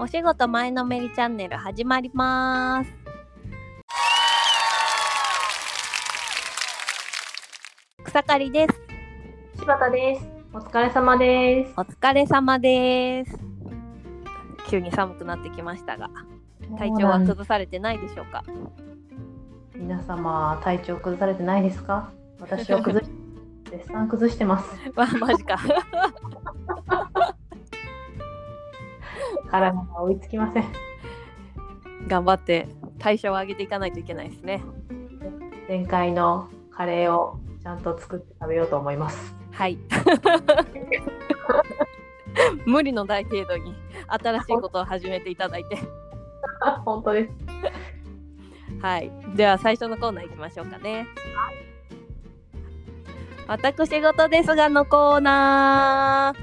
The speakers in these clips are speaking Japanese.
お仕事前のめりチャンネル始まります。草刈です。 柴田です。お疲れ様です。 お疲れ様です。急に寒くなってきましたが、体調は崩されてないでしょうか。 皆様体調崩されてないですか？私は絶賛崩してます。 わ、マジか。 体が追いつきません。 頑張って代謝を上げていかないといけないですね。 前回のカレーをちゃんと作って食べようと思います。 はい無理のない程度に新しいことを始めていただいて本当です。 はい、では最初のコーナー行きましょうかね。私事ですがのコーナ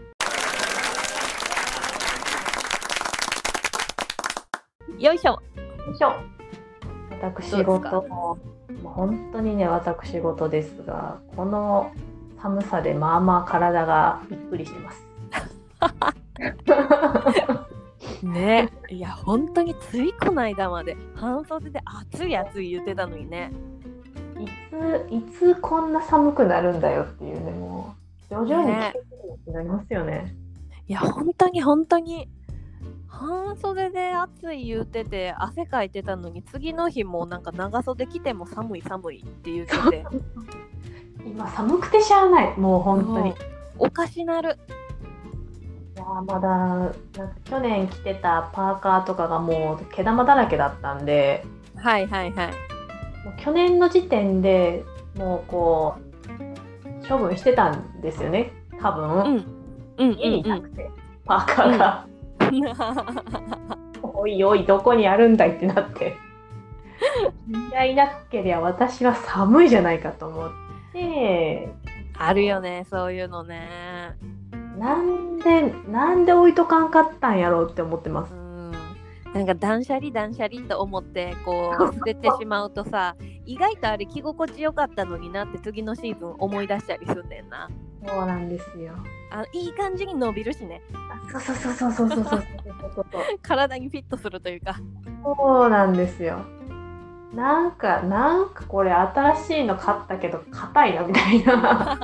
ー。よいしょ。 よいしょ。私事、もう本当にね、私事ですが、この寒さでまあまあ体がびっくりしてますね。いや本当についこの間まで半袖で暑い暑い言ってたのにね。 いつこんな寒くなるんだよっていうね、もう徐々に季節になりますよね。 いや本当に半袖で暑い言ってて汗かいてたのに、次の日もなんか長袖着ても寒いって言ってて今寒くてしゃあない、もう本当におかしなる。 いやまだなんか去年着てたパーカーとかがもう毛玉だらけだったんで、 はいもう去年の時点でもうこう処分してたんですよね、多分、家にいなくて、パーカーが、おいおいどこにあるんだいってなっていなければ私は寒いじゃないかと思って。 あるよね、そういうのね。 なんで置いとかんかったんやろうって思ってます。 なんか断捨離と思ってこう捨ててしまうとさ、意外とあれ着心地よかったのになって次のシーズン思い出したりすんねんな。 そうなんですよ。 いい感じに伸びるしね。 そう体にフィットするというか。 そうなんですよ。なんかこれ新しいの買ったけど硬いなみたいな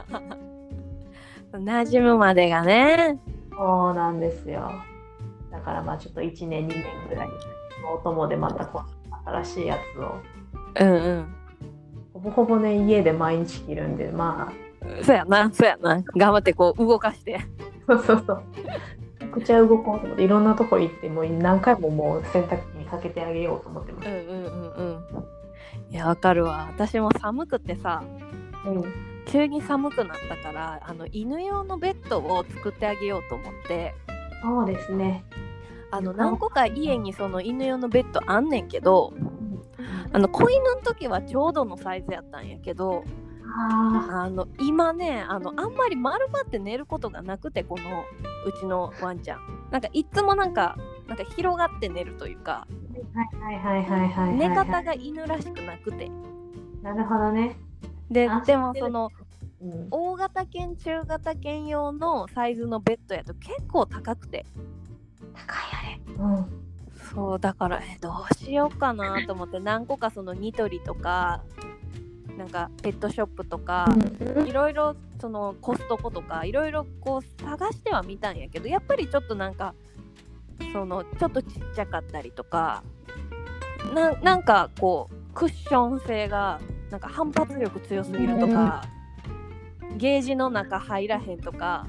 馴染むまでがね。 そうなんですよ。だからまあちょっと1年2年ぐらいお供でまたこう新しいやつをほぼほぼね家で毎日着るんで、まあそうやな頑張ってこう動かしてそうめちゃくちゃ動こうと思っていろんなとこ行ってもう何回ももう洗濯機にかけてあげようと思ってます。 いやわかるわ。私も寒くてさ、急に寒くなったから犬用のベッドを作ってあげようと思って。 そうですね。 何個か家にその犬用のベッドあんねんけど、子犬の時はちょうどのサイズやったんやけど、今ねあんまり丸まって寝ることがなくて、このうちのワンちゃんなんかいつもなんか広がって寝るというか、寝方が犬らしくなくて。 なるほどね。 でもその大型犬中型犬用のサイズのベッドやと結構高くて。 高いあれ。 そうだからどうしようかなと思って、何個かそのニトリとかなんかペットショップとかいろいろそのコストコとかいろいろこう探してはみたんやけど、やっぱりちょっとなんかそのちょっとちっちゃかったりとか、なんかこうクッション性がなんか反発力強すぎるとか、ゲージの中入らへんとか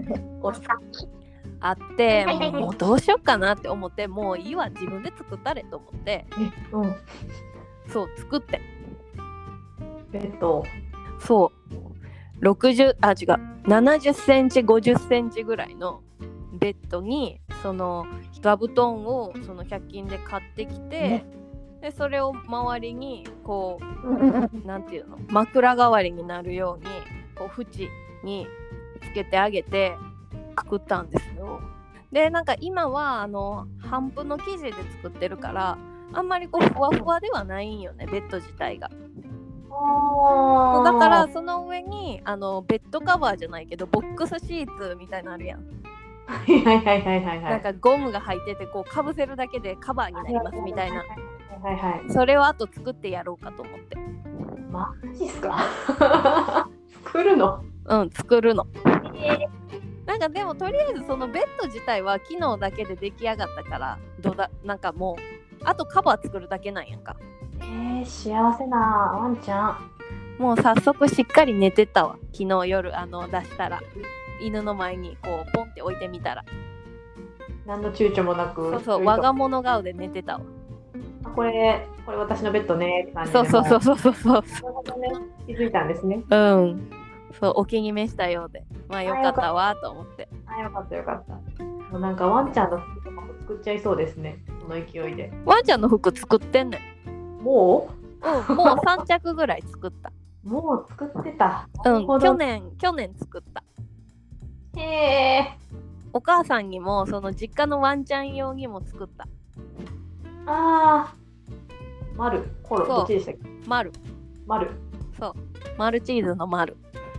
あって、もうどうしようかなって思って、もういいわ自分で作ったれと思って、そう作ってベッドそう70センチ50センチぐらいのベッドにその座布団をその100均で買ってきて、でそれを周りにこうなんていうの、枕代わりになるようにこう縁につけてあげて作ったんですよ。でなんか今は帆布の生地で作ってるからあんまりこうふわふわではないんよね、ベッド自体が。だからその上にベッドカバーじゃないけどボックスシーツみたいなのあるやん。 はいはいはいはいはい。 なんかゴムが入っててこうかぶせるだけでカバーになりますみたいな。 はいはい。 それをあと作ってやろうかと思って。 マジっすか？作るの？ うん、作るの。なんかでもとりあえずそのベッド自体は機能だけで出来上がったからなんかもうあとカバー作るだけなんやんか。 幸せなワンちゃん。 もう早速しっかり寝てたわ。昨日夜出したら犬の前にこうポンって置いてみたら何の躊躇もなく。 そうそう我が物顔で寝てたわ。 これ私のベッドねって感じで。 そう気づいたんですね。 うん。そうお気に召したようでまあよかったわと思って。 よかったよかった。もうなんかワンちゃんの服とかも作っちゃいそうですね。その勢いで。 ワンちゃんの服作ってんねん。 もうもう3着ぐらい作った。 もう作ってた。 去年作った。 へえ。 お母さんにもその実家のワンちゃん用にも作った。コロどっちでしたっけ？丸。そうマルチーズの丸。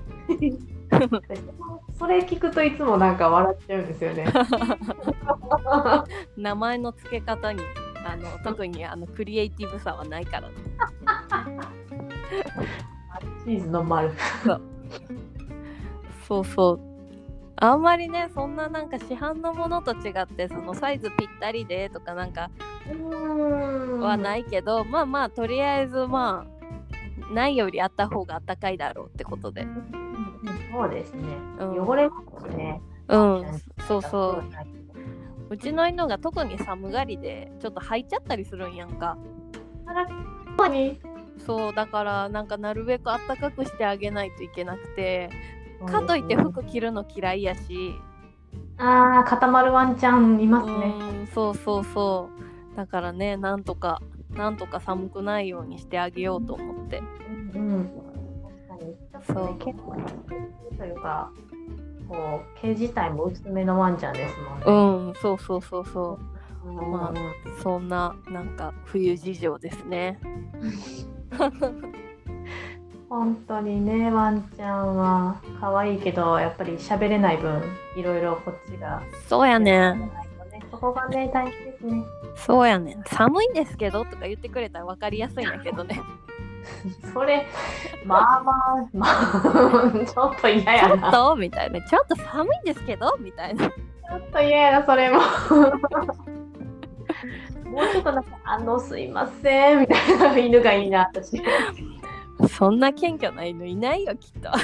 それ聞くといつもなんか笑っちゃうんですよね。 名前の付け方に特にクリエイティブさはないからね。 マルチーズの丸。 そうあんまりねそんななんか市販のものと違ってそのサイズぴったりでとかなんかはないけどまあとりあえずまあないよりあった方があったかいだろうってことで。 そうですね。汚れますね。 そううちの犬が特に寒がりでちょっと吐いちゃったりするんやんか。そうだからなんかなるべくあったかくしてあげないといけなくて、かといって服着るの嫌いやし。 固まるワンちゃんいますね。 そうだからねなんとか寒くないようにしてあげようと思って。 そう結構というかこう毛自体も薄めのワンちゃんですもんね。そうまあそんななんか冬事情ですね。 本当にねワンちゃんは可愛いけどやっぱり喋れない分いろいろこっちがそうやね。 そこがね大変ですね。 そうやね。寒いんですけどとか言ってくれたら分かりやすいんだけどね。 それまあちょっと嫌やな。 ちょっとみたいな。ちょっと寒いんですけどみたいな。ちょっと嫌やなそれも。もうちょっとなんかすいませんみたいな犬がいいな私。 そんな謙虚な犬いないよきっと。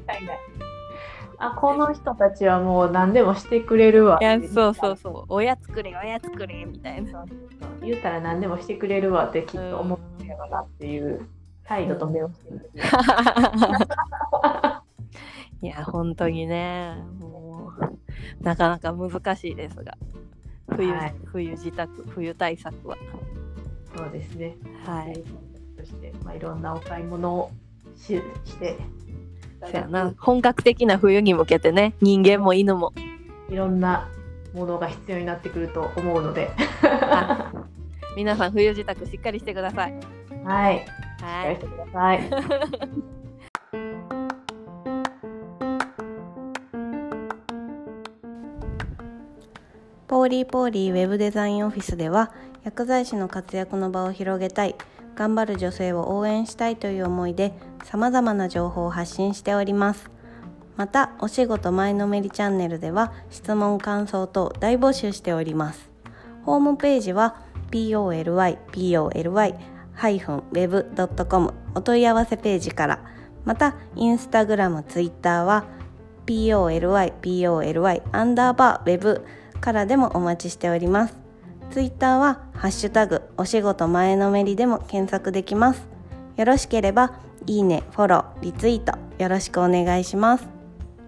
この人たちはもう何でもしてくれるわ。 いやそうおやつくれみたいな。 言うたら何でもしてくれるわってきっと思ってるのだっていう態度と目をしてる。 いや本当にねもうなかなか難しいですが冬対策はそうですね。 はいそして、いろんなお買い物をしてそうやな本格的な冬に向けてね人間も犬もいろんなものが必要になってくると思うので皆さん冬支度しっかりしてください。 はい、しっかりしてください。 ポーリーウェブデザインオフィスでは薬剤師の活躍の場を広げたい、頑張る女性を応援したいという思いで様々な情報を発信しております。またお仕事前のめりチャンネルでは質問感想等大募集しております。ホームページは poly-web.com お問い合わせページから、またインスタグラム、ツイッターは poly_web からでもお待ちしております。ツイッターはハッシュタグお仕事前のめりでも検索できます。よろしければいいね、フォロー、リツイートよろしくお願いします。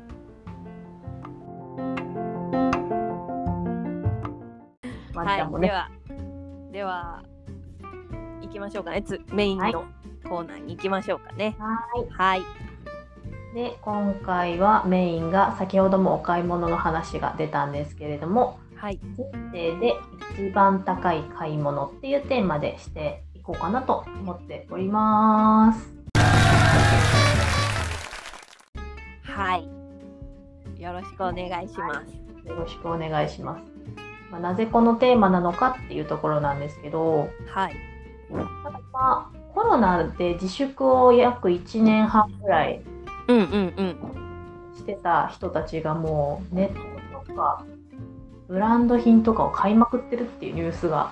では行きましょうかね。メインのコーナーに行きましょうかね。はい。 で今回はメインが先ほどもお買い物の話が出たんですけれども、人生で一番高い買い物っていうテーマでしていこうかなと思っております。 はい。 よろしくお願いします。 よろしくお願いします。なぜこのテーマなのかっていうところなんですけど、 はい。 ただコロナで自粛を約1年半ぐらいしてた人たちがもうネットとかブランド品とかを買いまくってるっていうニュースが。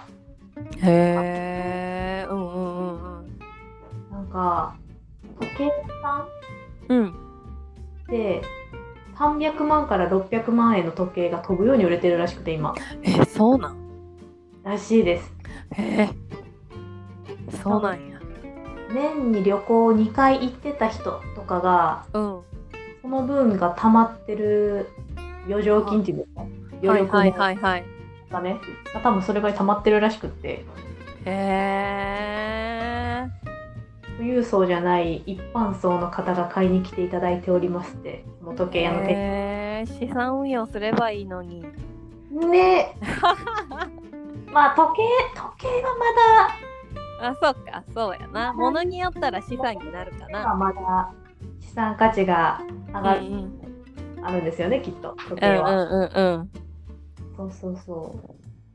へー、 なんか時計屋さんで300万から600万円の時計が飛ぶように売れてるらしくて今。 そうなんらしいです。 そうなんや。 年に旅行2回行ってた人とかが、その分が溜まってる余剰金っていうんですか、余力のがね、多分それが溜まってるらしくって、富裕層じゃない一般層の方が買いに来ていただいておりますって、その時計屋の資産運用すればいいのにね。まあ時計はまだ、 そっか、そうやな。物によったら資産になるかな。 まだ資産価値が上がる、あるんですよね、きっと時計は。そう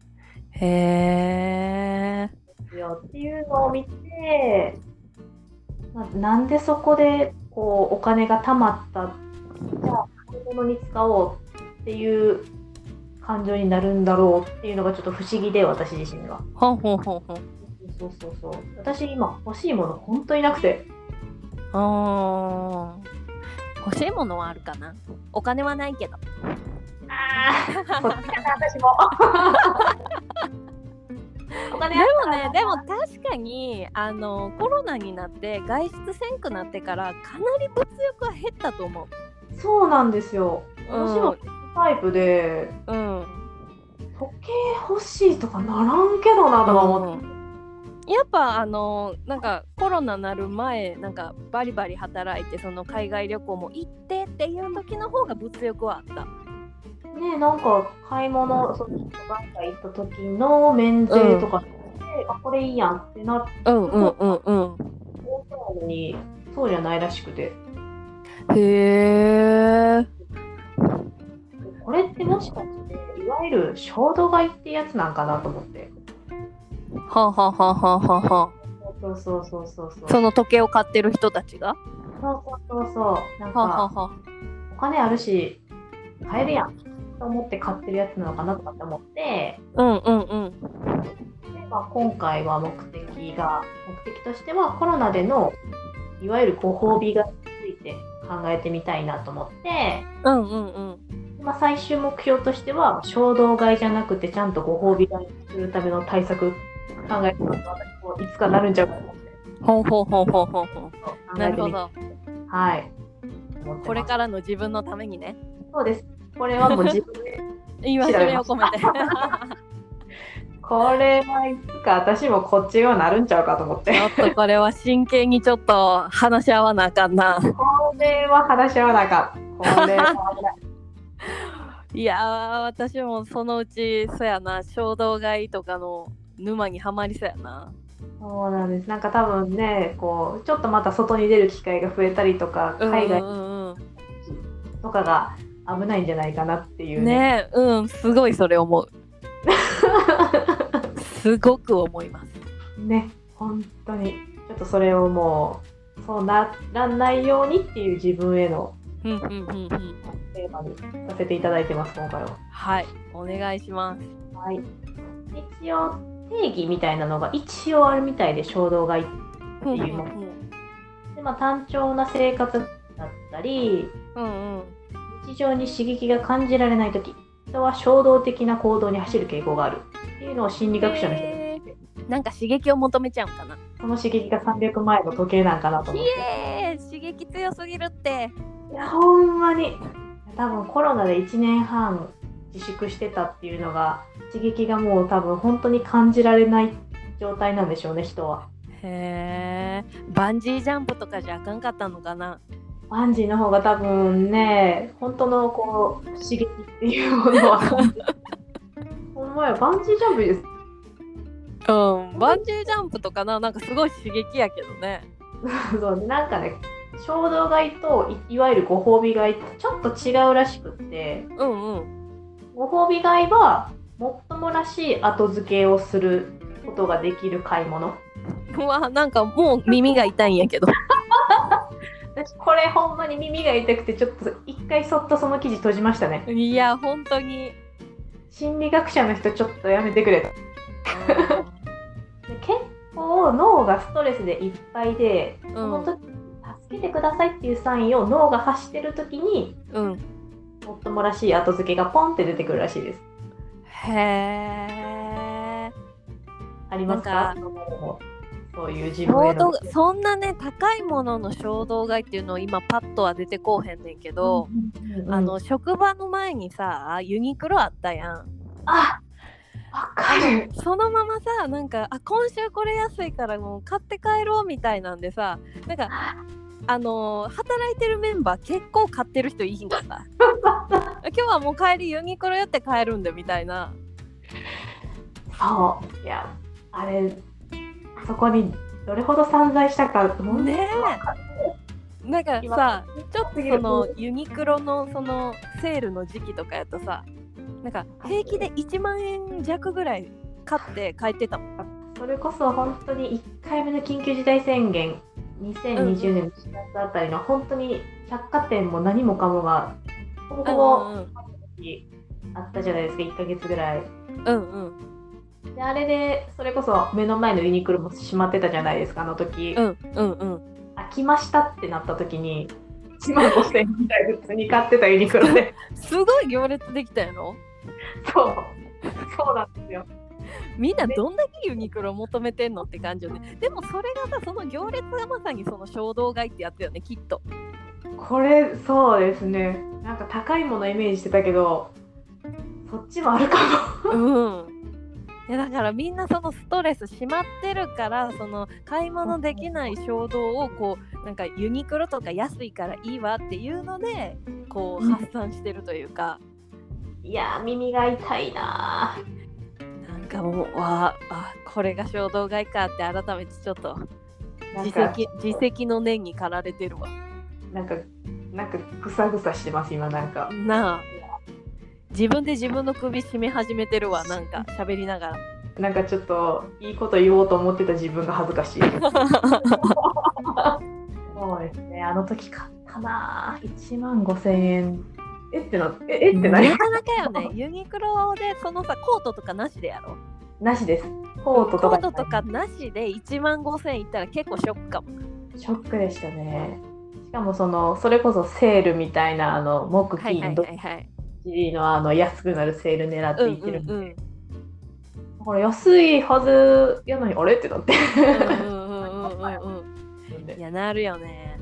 へーっていうのを見て、なんでそこでこうお金が貯まった、じゃあ買い物に使おうっていう感情になるんだろうっていうのがちょっと不思議で、私自身が。そう私今欲しいもの本当になくて。 欲しいものはあるかな。お金はないけど。 そっちかな、私も。お金でも確かにコロナになって外出せんくなってからかなり物欲は減ったと思う。 そうなんですよ。私もタイプで、時計欲しいとかならんけどなとか思って。 やっぱなんかコロナなる前なんかバリバリ働いてその海外旅行も行ってっていう時の方が物欲はあったね。なんか買い物その人が行った時の免税とかで、これいいやんってなって、そうじゃないらしくて。これってもしかしていわゆる衝動買いってやつなんかなと思って。 その時計を買ってる人たちがなんかお金あるし買えるやんと思って買ってるやつなのかなとかって思って、で今回は目的としてはコロナでのいわゆるご褒美がついて考えてみたいなと思って、最終目標としては衝動買いじゃなくてちゃんとご褒美買いするための対策考えてます。私もいつかなるんちゃうかと思って。 なるほど。 はい。 これからの自分のためにね。 そうです。これはもう自分で今締めを込めて。 これはいつか私もこっち側なるんちゃうかと思って。 ちょっとこれは真剣にちょっと話し合わなあかんな。 これは話し合わなあかん。これは危ない。 いやー、私もそのうちそうやな、衝動買いとかの沼にはまりそうやな。 そうなんです。なんか多分ね、こうちょっとまた外に出る機会が増えたりとか、海外とかが危ないんじゃないかなっていうね。 すごいそれ思う。すごく思います。 ね、本当にちょっとそれをもうそうならないようにっていう自分へのテーマにさせていただいてます、今回は。 はい、お願いします。 はい。一応定義みたいなのが一応あるみたいで、衝動買いっていうもので、単調な生活だったり、日常に刺激が感じられないとき、人は衝動的な行動に走る傾向があるっていうのを心理学者の人が言って、 なんか刺激を求めちゃうかな。 その刺激が300万円の時計なんかなと思って。 刺激強すぎるって。 いや、ほんまに多分コロナで1年半自粛してたっていうのが、刺激がもう多分本当に感じられない状態なんでしょうね、人は。 バンジージャンプとかじゃあかんかったのかな。 バンジーの方が多分ね、本当のこう刺激っていうものはほんまや、バンジージャンプです。 バンジージャンプとかな、なんかすごい刺激やけどね。 そう、なんかね、 衝動買いと いわゆるご褒美買いってちょっと違うらしくって、ご褒美買いはもっともらしい後付けをすることができる買い物。 うわ、なんかもう耳が痛いんやけど私これほんまに耳が痛くてちょっと一回そっとその記事閉じましたね。 いや本当に心理学者の人ちょっとやめてくれと結構脳がストレスでいっぱいで、その時助けてくださいっていうサインを脳が発してる時に、もっともらしい後付けがポンって出てくるらしいです。 へえ。 ありますか？そういう自分へのそんなね高いものの衝動買いっていうのを今パッとは出てこうへんねんけど、職場の前にさユニクロあったやん。 あ、わかる。 そのままさ、なんか今週これ安いからもう買って帰ろうみたいなんでさ、なんか働いてるメンバー結構買ってる人いいんかった今日はもう帰りユニクロ寄って帰るんでみたいな。 そう、いやあれそこにどれほど散在したかねえ。なんかさ、ちょっとそのユニクロのそのセールの時期とかやとさ、なんか平気で1万円弱ぐらい買って帰ってたもん。 それこそ本当に1回目の緊急事態宣言2020年の4月あたりの本当に百貨店も何もかもがほぼほぼあったじゃないですか、1ヶ月ぐらい。であれでそれこそ目の前のユニクロも閉まってたじゃないですか、あの時。開きましたってなった時に1万5000円みたい普通に買ってたユニクロですごい行列できたやろ。 そうなんですよ。 みんなどんだけユニクロ求めてんのって感じよね。でもそれがさ、その行列がまさにその衝動買いってやつよね、きっと。 これそうですね。なんか高いものイメージしてたけどそっちもあるかも。 だからみんなそのストレスしまってるから、その買い物できない衝動をこうなんかユニクロとか安いからいいわっていうのでこう発散してるというか、 いや耳が痛いな。 なんかもうこれが衝動買いかって改めてちょっと自責の念に駆られてるわ。なんかぐさぐさしてます今。なんかなあ、自分で自分の首絞め始めてるわ。なんか喋りながらなんかちょっといいこと言おうと思ってた自分が恥ずかしいそうですね、あの時買ったな。1万5000円ってななかなかよね。ユニクロでそのさコートとかなしでやろ。 なしです。コートとかなしで1万5000円いったら結構ショックかも。 ショックでしたね。しかもそれこそセールみたいな木金土日の安くなるセール狙っていってるんで、だから安いはずやのにあれってなっていやなるよね。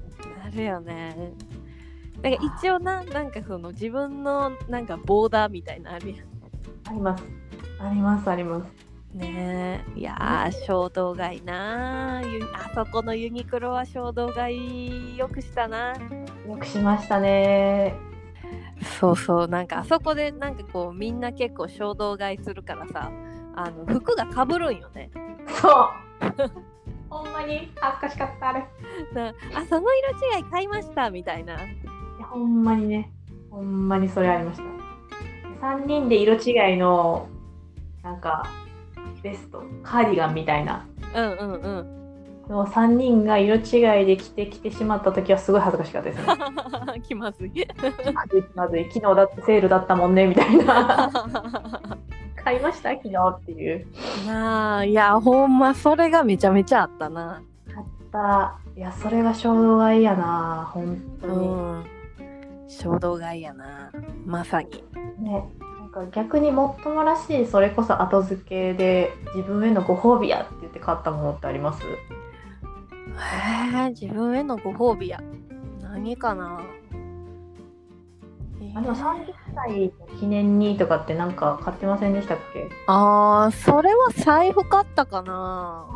だから一応なんかその自分のなんかボーダーみたいなあるやん。 ありますねえ。いやー衝動買いな。あそこのユニクロは衝動買いよくしたな。 よくしましたね。 そうなんかあそこでなんかこうみんな結構衝動買いするからさ、服がかぶるんよね。 そうほんまに恥ずかしかったあれ。 その色違い買いましたみたいな。 ほんまにそれありました。3人で色違いのなんかベストカーディガンみたいなの3人が色違いで着てしまった時はすごい恥ずかしかったですね気まずいまずい、昨日だってセールだったもんねみたいな買いました昨日っていう。 いやほんまそれがめちゃめちゃあったな。 あった。いやそれが衝動買いやな、本当に。 衝動買いやな、まさにね。なんか逆にもっともらしいそれこそ後付けで自分へのご褒美やって言って買ったものってあります？ 自分へのご褒美や何かな。 でも30歳の記念にとかってなんか買ってませんでしたっけ？ それは財布買ったかな。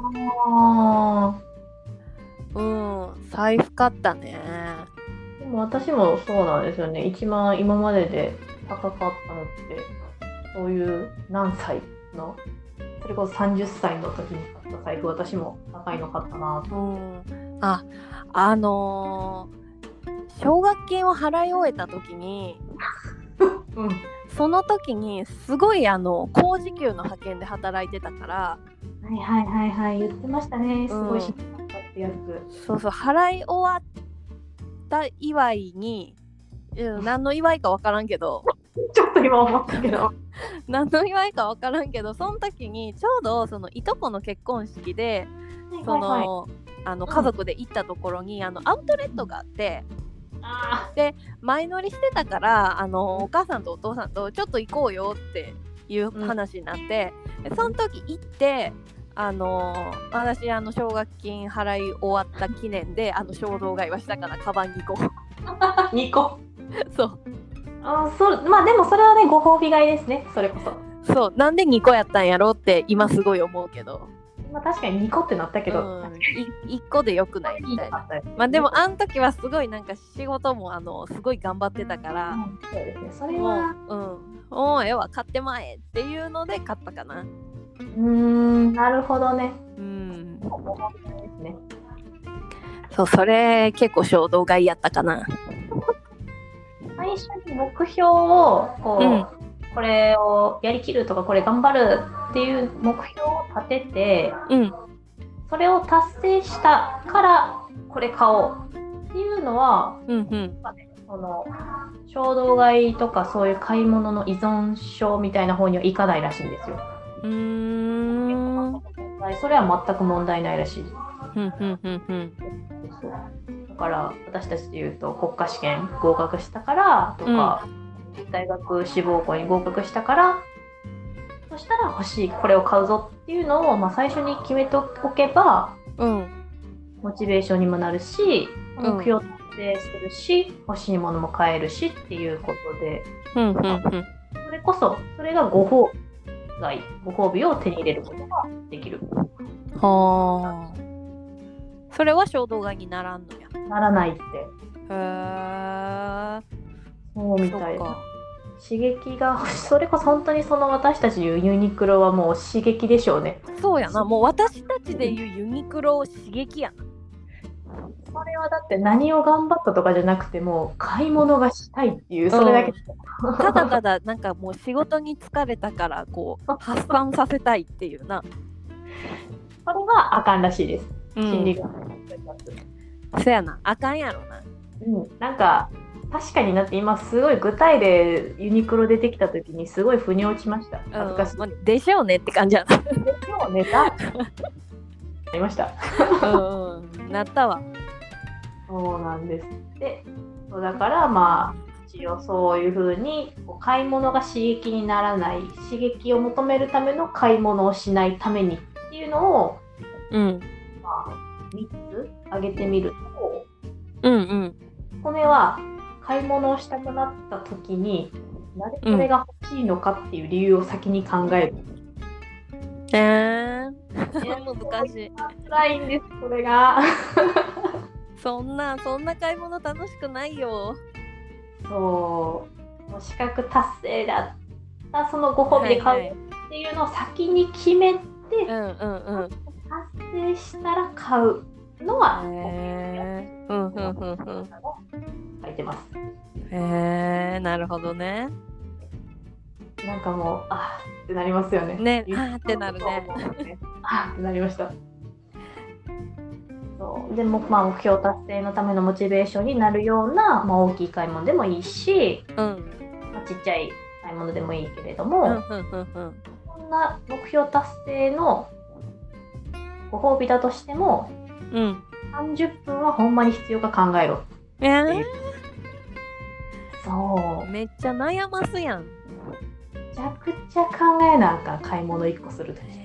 財布買ったね。 でも私もそうなんですよね。一番今までで高かったのってそういう何歳のそれこそ30歳の時に買った財布、私も高いの買ったなと。 奨学金を払い終えた時に、 うん、 その時にすごい高時給の派遣で働いてたから、 はいはいはいはい、言ってましたね。すごいしんどかったってやつ。 そうそう、払い終わった祝いに、何の祝いか分からんけどちょっと今思ったけど何の祝いか分からんけど、その時にちょうどそのいとこの結婚式で、その、家族で行ったところにアウトレットがあって、で前乗りしてたからお母さんとお父さんとちょっと行こうよっていう話になって、その時行って私奨学金払い終わった記念で衝動買いはしたから、カバン2個 2個そうまあでもそれはね、ご褒美買いですね。それこそそう、なんで2個やったんやろって今すごい思うけど、 まあ確かに2個ってなったけど、 1個でよくないみたいな。まあでもあの時はすごいなんか仕事もすごい頑張ってたから、 そうですね、それはもうええわ、買ってまえっていうので買ったかな。 なるほどね。 ですね。そう、それ結構衝動買いやったかな。 最初に目標をこれをやりきるとか、これ頑張るっていう目標を立てて、それを達成したからこれ買おうっていうのは、その衝動買いとかそういう買い物の依存症みたいな方にはいかないらしいんですよ。それは全く問題ないらしい。だから私たちで言うと、国家試験合格したからとか、大学志望校に合格したから、そしたら欲しい、これを買うぞっていうのを、最初に決めておけば、モチベーションにもなるし、目標を達成するし、欲しいものも買えるしっていうことで、それこそそれがご褒美を手に入れることができる。 はあ。それは衝動買いにならんのや。 ならないって。そうみたいな。刺激が、それこそ本当にその私たちいうユニクロはもう刺激でしょうね。 そうやな、もう私たちでいうユニクロ刺激やな。 それはだって何を頑張ったとかじゃなくて、もう買い物がしたいっていう、それだけ、 ただただなんかもう仕事に疲れたからこう発散させたいっていうな。 それはあかんらしいです。心理学。 そやな、あかんやろな。 なんか確かになって、今すごい具体でユニクロ出てきた時にすごい腑に落ちました。恥ずかしい。 でしょうねって感じやな。でしょうねだ。なりました。 なったわ。 そうなんです。で、だから一応そういう風に買い物が刺激にならない、刺激を求めるための買い物をしないためにっていうのを、3つ挙げてみると、これは買い物をしたくなった時になぜこれが欲しいのかっていう理由を先に考える。 難しい。 辛いんです、それが。 そんな買い物楽しくないよ。 もう資格達成だったそのご褒美で買うっていうのを先に決めて、達成したら買うのは書いてます。 なるほどね。 なんかもうってなりますよね。 ね、ってなるね。 ってなりました。そうでも目標達成のためのモチベーションになるような、大きい買い物でもいいし、ちっちゃい買い物でもいいけれども、そんな目標達成のご褒美だとしても、30分はほんまに必要か考えろっていう。そうめっちゃ悩ますやん。 めちゃくちゃ考えなあかん、買い物1個するとして。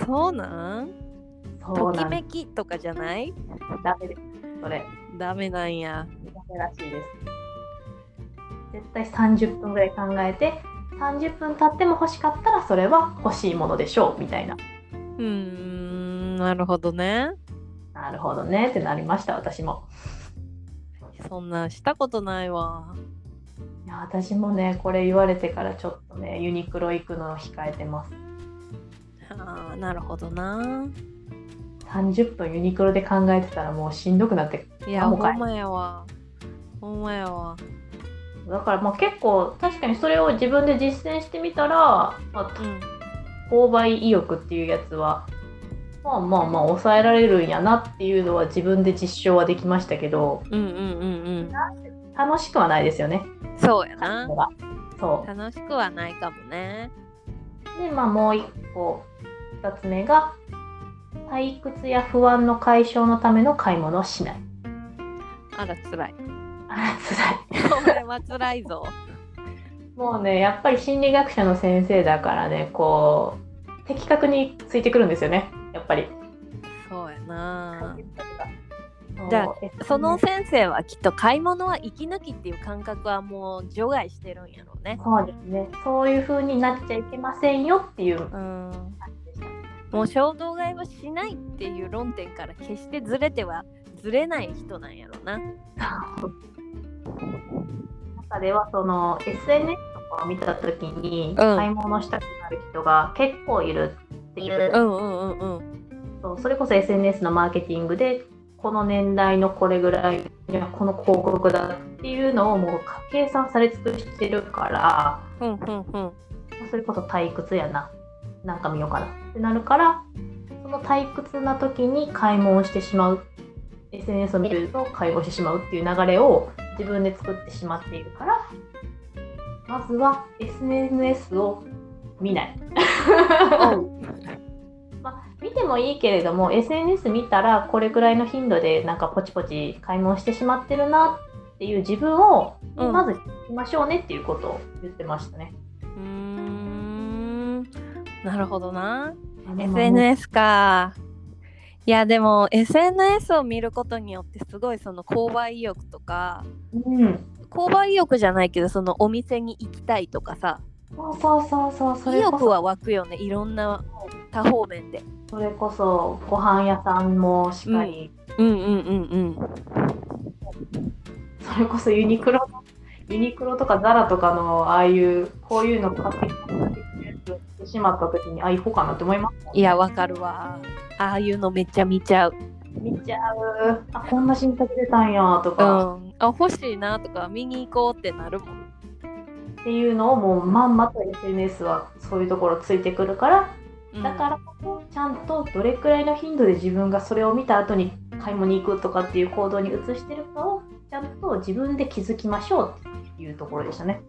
そうなん？ときめきとかじゃない？ ダメです。それダメなんや。 ダメらしいです。絶対30分ぐらい考えて、30分経っても欲しかったらそれは欲しいものでしょうみたいな。 なるほどね。 なるほどねってなりました、私も。 そんなしたことないわ。 いや、私もね、これ言われてからちょっとね、ユニクロ行くのを控えてます。 なるほどな。 30分ユニクロで考えてたらもうしんどくなって。 いや、ほんまやわ。 だからまあ結構確かにそれを自分で実践してみたら、購買意欲っていうやつはまあ抑えられるんやなっていうのは自分で実証はできましたけど、楽しくはないですよね。 そうやな。 そう楽しくはないかもね。 でもう一個2つ目が退屈や不安の解消のための買い物をしない。 あら辛い。これは辛いぞ。 もうねやっぱり心理学者の先生だからねこう的確についてくるんですよねやっぱり。 そうやな。じゃあその先生はきっと買い物は息抜きっていう感覚はもう除外してるんやろうね。 そうですね。そういう風になっちゃいけませんよっていう感じでした。 もう衝動買いはしないっていう論点から決してずれない人なんやろうな。 中ではその SNS とかを見た時に買い物したくなる人が結構いるっていう。そうそれこそ SNS のマーケティングでこの年代のこれぐらいこの広告だっていうのをもう計算され尽くしてるから、それこそ退屈やななんか見ようかなってなるからその退屈な時に買い物してしまう SNS を見ると買い物してしまうっていう流れを自分で作ってしまっているからまずは SNS を見ない見てもいいけれども SNS 見たらこれくらいの頻度でなんかポチポチ買い物してしまってるなっていう自分をまず聞きましょうねっていうことを言ってましたね。 なるほどな。SNS か。いやでも SNS を見ることによってすごいその購買意欲とか、購買意欲じゃないけどそのお店に行きたいとかさ、 そう意欲は湧くよね。いろんな多方面で。 それこそご飯屋さんもしっかり、それこそユニクロとかザラとかのああいうこういうの買ってしまった時に行こうかなって思います。 いやわかるわ。ああいうのめっちゃ見ちゃう。 こんな新作出たんやとか、 欲しいなとか見に行こうってなるもんっていうのをもうまんまと SNS はそういうところついてくるから、だからこそちゃんとどれくらいの頻度で自分がそれを見た後に買い物に行くとかっていう行動に移してるかをちゃんと自分で気づきましょうっていうところでしたね。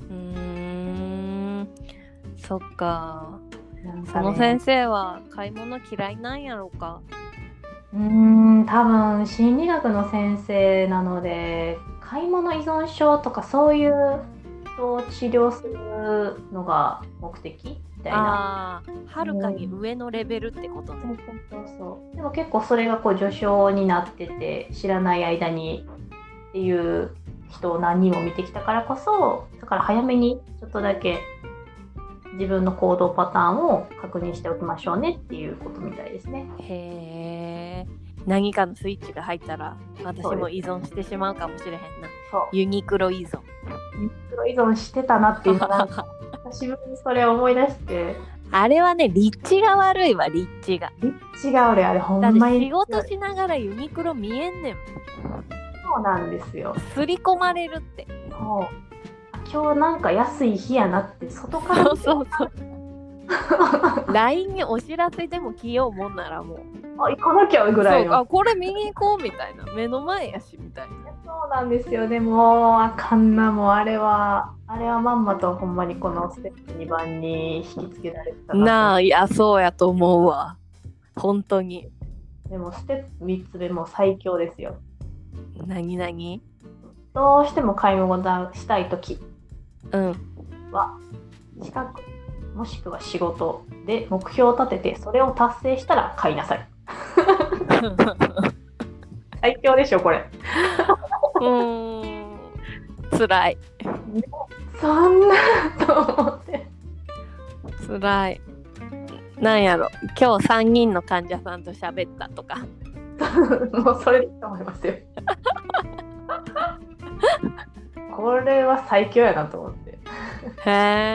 そっか。その先生は買い物嫌いなんやろうか。 多分心理学の先生なので買い物依存症とかそういう人を治療するのが目的みたいな。 はるかに上のレベルってことね。 そうでも結構それがこう序章になってて知らない間にっていう人を何人も見てきたからこそだから早めにちょっとだけ自分の行動パターンを確認しておきましょうねっていうことみたいですね。 へー。何かのスイッチが入ったら私も依存してしまうかもしれへんな。ユニクロ依存してたなっていうのが久しぶりにそれを思い出してあれはね立地が悪いわ。立地が俺あれほんまに仕事しながらユニクロ見えんねん。 そうなんですよ。 刷り込まれるって。 今日なんか安い日やなって外からそう LINE にお知らせでも来ようもんならもう行かなきゃぐらいのこれ見に行こうみたいな目の前やしみたいな。 そうなんですよ。でもあかんなもうあれはまんまとほんまにこのステップ2番に引きつけられてたなあ。いやそうやと思うわ本当に。 でもステップ3つ目も最強ですよ。 何どうしても買い物したいときは近くもしくは仕事で目標を立ててそれを達成したら買いなさい。最強でしょこれ。 辛い。 そんなと思って辛い。なんやろ今日3人の患者さんと喋ったとかもうそれでいいと思いますよ。これは最強やなと思って。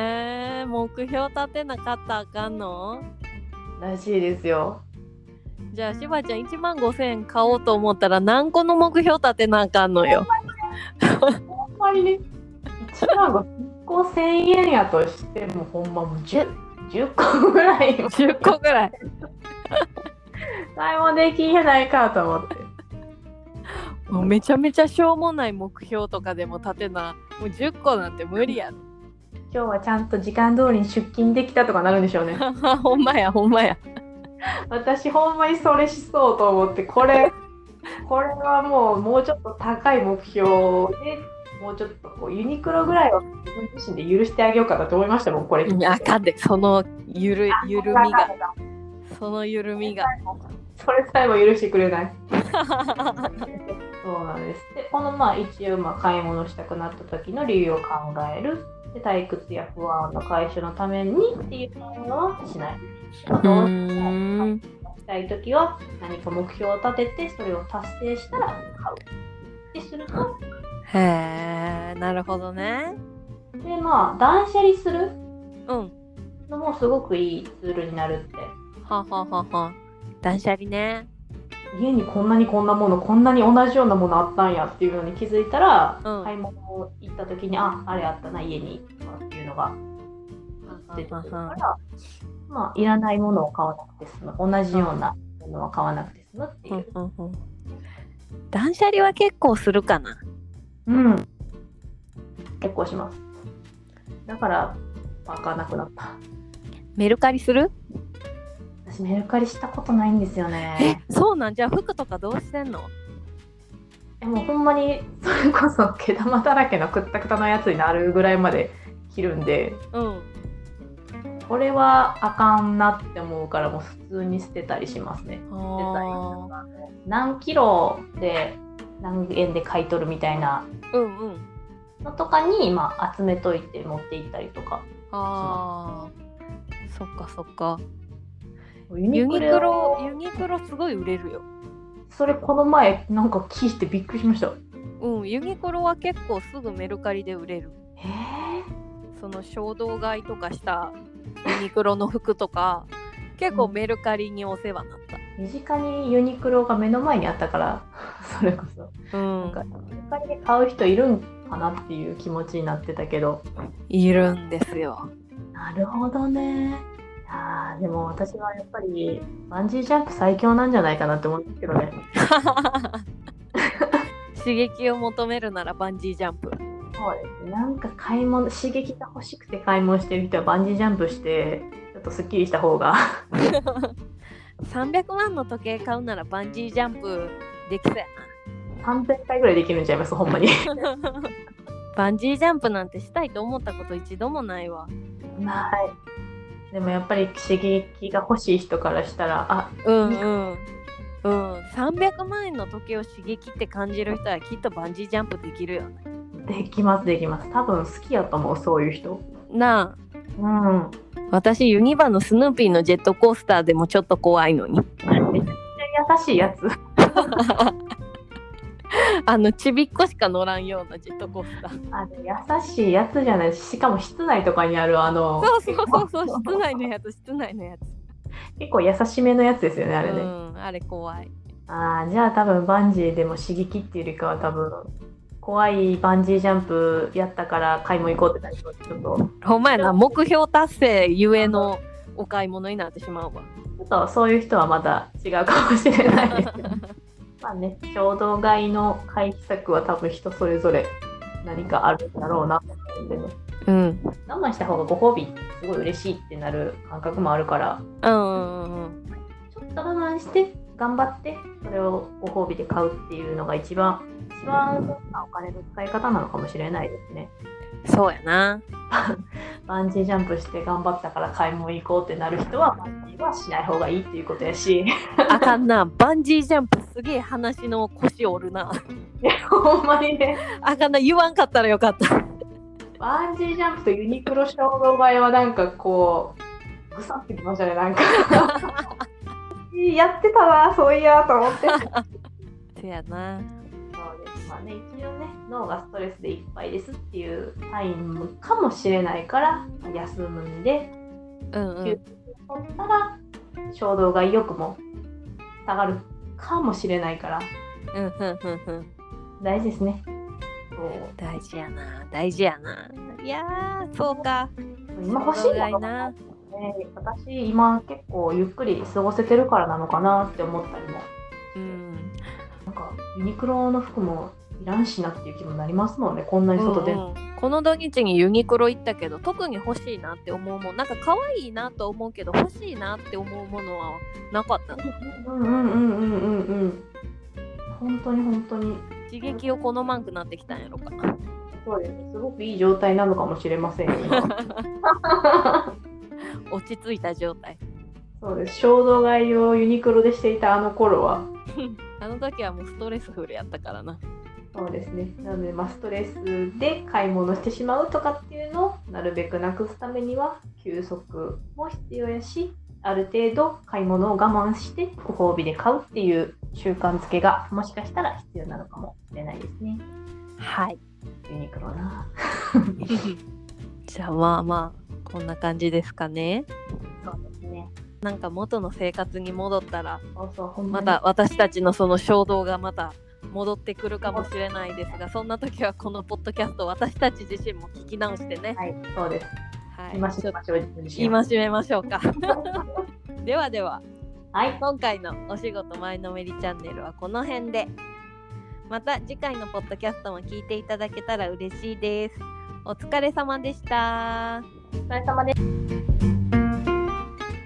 へえ、目標立てなかったらあかんの？ らしいですよ。 じゃあしばちゃん15,000円買おうと思ったら何個の目標立てなあかんのよ。 ほんまにね、1万5,000円やとしてもほんまもう 10個ぐらい 10個ぐらい買い物できへないかと思って。 もうめちゃめちゃしょうもない目標とかでも立てな、もう10個なんて無理や。 今日はちゃんと時間通りに出勤できたとかなるんでしょうね。 ほんまやほんまや。 私ほんまにそれしそうと思って、これはもうちょっと高い目標で、もうちょっとこうユニクロぐらいは自分自身で許してあげようかなと思いましたもん、これ。 あかんで、その緩みが、その緩みが。 それさえも許してくれない。そうなんです。で、この一応買い物したくなった時の理由を考える。で、退屈や不安の解消のためにっていうのはしない。どうしたい時は何か目標を立てて、それを達成したら買う。ってすると、 へー、なるほどね。 で、断捨離するうんのもすごくいいツールになるって。 はははは。断捨離ね。 家にこんなもの、こんなに同じようなものあったんやっていうのに気づいたら、買い物行った時にあれあったな家にっていうのが出てくるから、いらないものを買わなくて済む、同じようなものは買わなくて済むっていう、 断捨離は結構するかな。 結構します。だから買わなくなった。 メルカリする？ 私メルカリしたことないんですよね。 そうなん？じゃあ服とかどうしてんの？ もうほんまにそれこそ毛玉だらけのくったくたのやつになるぐらいまで着るんで、これはあかんなって思うからもう普通に捨てたりしますね。何キロで何円で買い取るみたいなのとかに集めといて持っていったりとかします。 そっかそっか。 ユニクロすごい売れるよ。 それこの前なんか聞いてびっくりしました。 ユニクロは結構すぐメルカリで売れる。その衝動買いとかしたユニクロの服とか結構メルカリにお世話になった。 身近にユニクロが目の前にあったからそれこそ、なんかメルカリで買う人いるんかなっていう気持ちになってたけど、 いるんですよ。 なるほどね。でも私はやっぱりバンジージャンプ最強なんじゃないかなって思うんですけどね。 刺激を求めるならバンジージャンプ。 そうですね。なんか買い物、刺激が欲しくて買い物してる人はバンジージャンプしてちょっとスッキリした方が 300万の時計買うならバンジージャンプできそうやな。3000回ぐらいできるんちゃいますほんまに。 バンジージャンプなんてしたいと思ったこと一度もないわ。 ない。でもやっぱり刺激が欲しい人からしたら 300万円の時計を刺激って感じる人はきっとバンジージャンプできるよね。 できます多分好きやと思う、そういう人なあ。私ユニバのスヌーピーのジェットコースターでもちょっと怖いのに。 めちゃくちゃ優しいやつ。 ちびっこしか乗らんようなジェットコースター。 優しいやつじゃない。しかも室内とかにあるそう室内のやつ。 結構優しめのやつですよね、あれね。 あれ怖い。 じゃあ多分バンジーでも刺激っていうよりかは多分怖いバンジージャンプやったから買い物行こうってなりそう。ちょっとほんまやな、目標達成ゆえのお買い物になってしまうわ。 ちょっとそういう人はまた違うかもしれないですけど衝動買いの回避策は多分人それぞれ何かあるんだろうなと思ってね。我慢した方がご褒美すごい嬉しいってなる感覚もあるから、ちょっと我慢して頑張ってそれをご褒美で買うっていうのが一番お金の使い方なのかもしれないですね。 そうやな。 バンジージャンプして頑張ったから買い物行こうってなる人はバンジーはしない方がいいっていうことやし。 あかんな、バンジージャンプすげえ話の腰折るな。 いやほんまにね。あかんな、言わんかったらよかった。 バンジージャンプとユニクロ衝動買いはなんかこうぐさってきましたね。なんかやってたなそういやと思って。 せやな。 そうです。一応ね、脳がストレスでいっぱいですっていうサインかもしれないから休むんで、休憩を取ったら衝動買いよくも下がるかもしれないから、大事ですね。 大事やな。いやー、そうか。 今欲しいものが、私今結構ゆっくり過ごせてるからなのかなって思ったりも、なんかユニクロの服もいらんしなっていう気もなりますもんね、こんなに外で、 この土日にユニクロ行ったけど、特に欲しいなって思うもん、なんか可愛いなと思うけど欲しいなって思うものはなかったの。 本当に刺激を好まんくなってきたんやろか。 そうです。すごくいい状態なのかもしれませんよ。 落ち着いた状態。 そうです。衝動買いをユニクロでしていたあの頃はあの時はもうストレスフルやったからな。 そうですね。なので、ストレスで買い物してしまうとかっていうのをなるべくなくすためには休息も必要やし、ある程度買い物を我慢してご褒美で買うっていう習慣づけがもしかしたら必要なのかもしれないですね。 はい。 ユニクロな。 じゃあまあこんな感じですかね。 そうですね。 なんか元の生活に戻ったら、 そうまた私たちのその衝動がまた戻ってくるかもしれないですが、そんな時はこのポッドキャスト私たち自身も聞き直してね。 はい、そうです。 はい、 戒めましょうか。では、 はい、 今回のお仕事前のめりチャンネルはこの辺で。また次回のポッドキャストも聞いていただけたら嬉しいです。お疲れ様でした。 お疲れ様です。